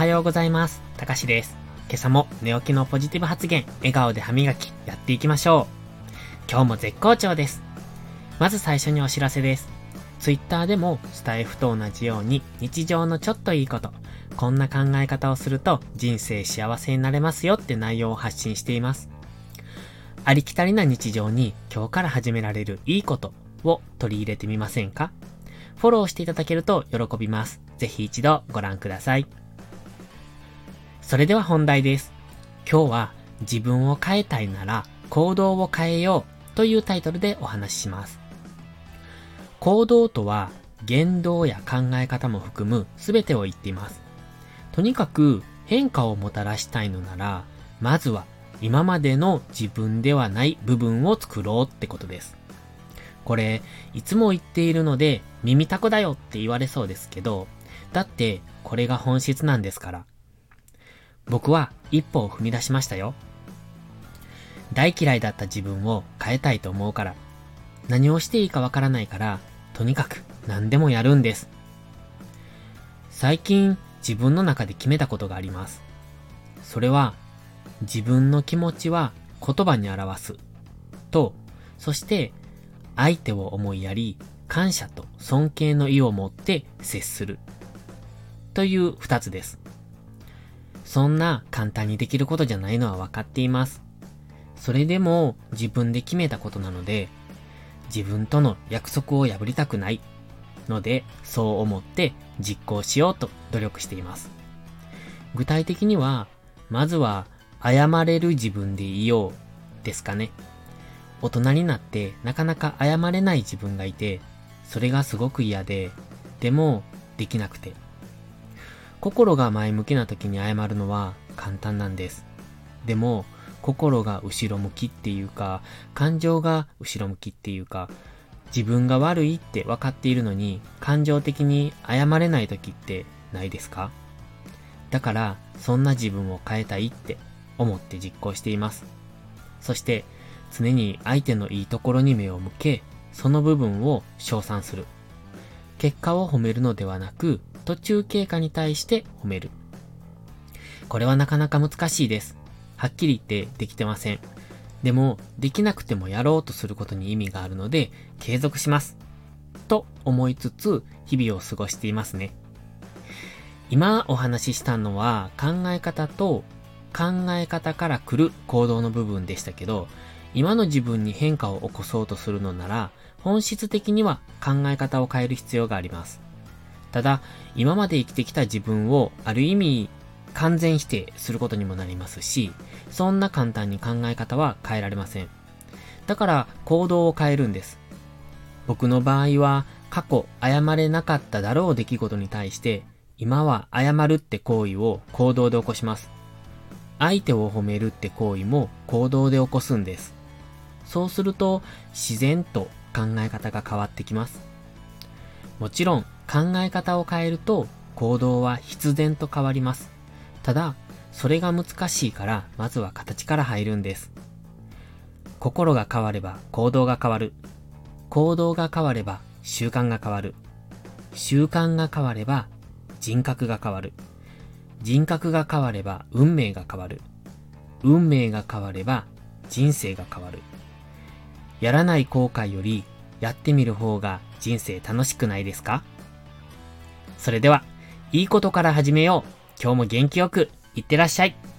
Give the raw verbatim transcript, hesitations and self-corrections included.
はようございます。たかしです。今朝も寝起きのポジティブ発言、笑顔で歯磨き、やっていきましょう。今日も絶好調です。まず最初にお知らせです。ツイッターでもスタイフと同じように日常のちょっといいこと、こんな考え方をすると人生幸せになれますよって内容を発信しています。ありきたりな日常に今日から始められるいいことを取り入れてみませんか？フォローしていただけると喜びます。ぜひ一度ご覧ください。それでは本題です。今日は自分を変えたいなら行動を変えようというタイトルでお話しします。行動とは言動や考え方も含む全てを言っています。とにかく変化をもたらしたいのなら、まずは今までの自分ではない部分を作ろうってことです。これ、いつも言っているので耳たこだよって言われそうですけど、だってこれが本質なんですから。僕は一歩を踏み出しましたよ。大嫌いだった自分を変えたいと思うから、何をしていいかわからないから、とにかく何でもやるんです。最近自分の中で決めたことがあります。それは、自分の気持ちは言葉に表す。と、そして相手を思いやり、感謝と尊敬の意を持って接する。という二つです。そんな簡単にできることじゃないのは分かっています。それでも自分で決めたことなので、自分との約束を破りたくないので、そう思って実行しようと努力しています。具体的には、まずは謝れる自分でいようですかね。大人になってなかなか謝れない自分がいて、それがすごく嫌で、でもできなくて。心が前向きな時に謝るのは簡単なんです。でも、心が後ろ向きっていうか、感情が後ろ向きっていうか、自分が悪いって分かっているのに、感情的に謝れない時ってないですか？だから、そんな自分を変えたいって思って実行しています。そして、常に相手のいいところに目を向け、その部分を称賛する。結果を褒めるのではなく、途中経過に対して褒める。これはなかなか難しいです。はっきり言ってできてません。でも、できなくてもやろうとすることに意味があるので、継続します。と思いつつ、日々を過ごしていますね。今お話ししたのは考え方と考え方から来る行動の部分でしたけど、今の自分に変化を起こそうとするのなら、本質的には考え方を変える必要があります。ただ、今まで生きてきた自分をある意味完全否定することにもなりますし、そんな簡単に考え方は変えられません。だから行動を変えるんです。僕の場合は過去謝れなかっただろう出来事に対して、今は謝るって行為を行動で起こします。相手を褒めるって行為も行動で起こすんです。そうすると自然と考え方が変わってきます。もちろん考え方を変えると行動は必然と変わります。ただ、それが難しいからまずは形から入るんです。心が変われば行動が変わる。行動が変われば習慣が変わる。習慣が変われば人格が変わる。人格が変われば運命が変わる。運命が変われば人生が変わる。やらない後悔よりやってみる方が人生楽しくないですか？それでは、いいことから始めよう。今日も元気よくいってらっしゃい。